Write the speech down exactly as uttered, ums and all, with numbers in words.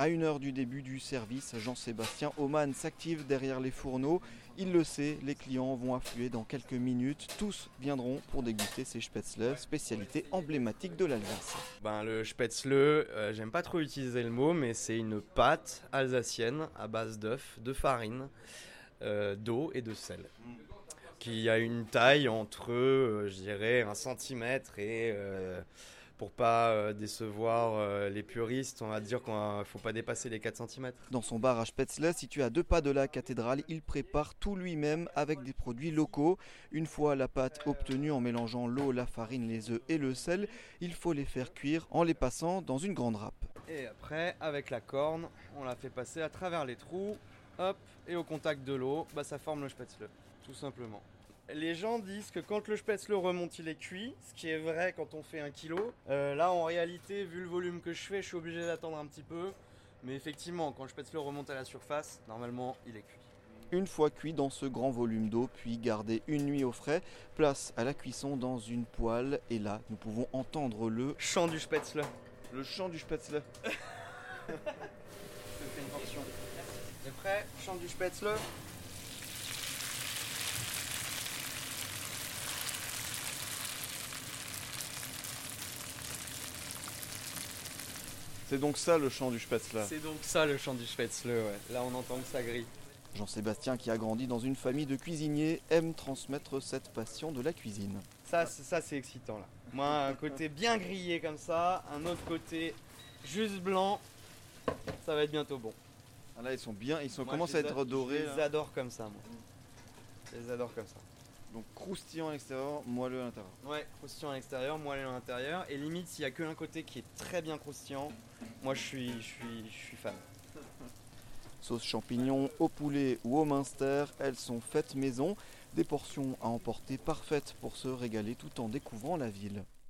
À une heure du début du service, Jean-Sébastien Aumann s'active derrière les fourneaux. Il le sait, les clients vont affluer dans quelques minutes. Tous viendront pour déguster ces spätzle, spécialité emblématique de l'Alsace. Ben, le spätzle, euh, j'aime pas trop utiliser le mot, mais c'est une pâte alsacienne à base d'œufs, de farine, euh, d'eau et de sel, qui a une taille entre, euh, je dirais, un centimètre et... Euh, Pour pas euh, décevoir euh, les puristes, on va dire qu'il ne faut pas dépasser les quatre centimètres. Dans son bar à Spätzle, situé à deux pas de la cathédrale, il prépare tout lui-même avec des produits locaux. Une fois la pâte obtenue en mélangeant l'eau, la farine, les œufs et le sel, il faut les faire cuire en les passant dans une grande râpe. Et après, avec la corne, on la fait passer à travers les trous, hop, et au contact de l'eau, bah, ça forme le spätzle, tout simplement. Les gens disent que quand le spätzle remonte, il est cuit, ce qui est vrai quand on fait un kilo. Euh, là, en réalité, vu le volume que je fais, je suis obligé d'attendre un petit peu. Mais effectivement, quand le spätzle remonte à la surface, normalement, il est cuit. Une fois cuit dans ce grand volume d'eau, puis gardé une nuit au frais, place à la cuisson dans une poêle. Et là, nous pouvons entendre le chant du spätzle. Le chant du spätzle. Je te fais une portion. T'es prêt? Chant du spätzle. C'est donc ça le chant du spätzle. C'est donc ça le chant du spätzle, ouais. Là on entend que ça grille. Jean-Sébastien, qui a grandi dans une famille de cuisiniers, aime transmettre cette passion de la cuisine. Ça, c'est, ça c'est excitant là. Moi, un côté bien grillé comme ça, un autre côté juste blanc, ça va être bientôt bon. Ah là ils sont bien, ils sont, Moi, commencent je à les a- être dorés. Je là. les adore comme ça, moi. Je les adore comme ça. Donc croustillant à l'extérieur, moelleux à l'intérieur. Ouais, croustillant à l'extérieur, moelleux à l'intérieur. Et limite, s'il y a qu'un côté qui est très bien croustillant, moi je suis, je suis, je suis fan. Sauce champignons au poulet ou au minster, elles sont faites maison. Des portions à emporter parfaites pour se régaler tout en découvrant la ville.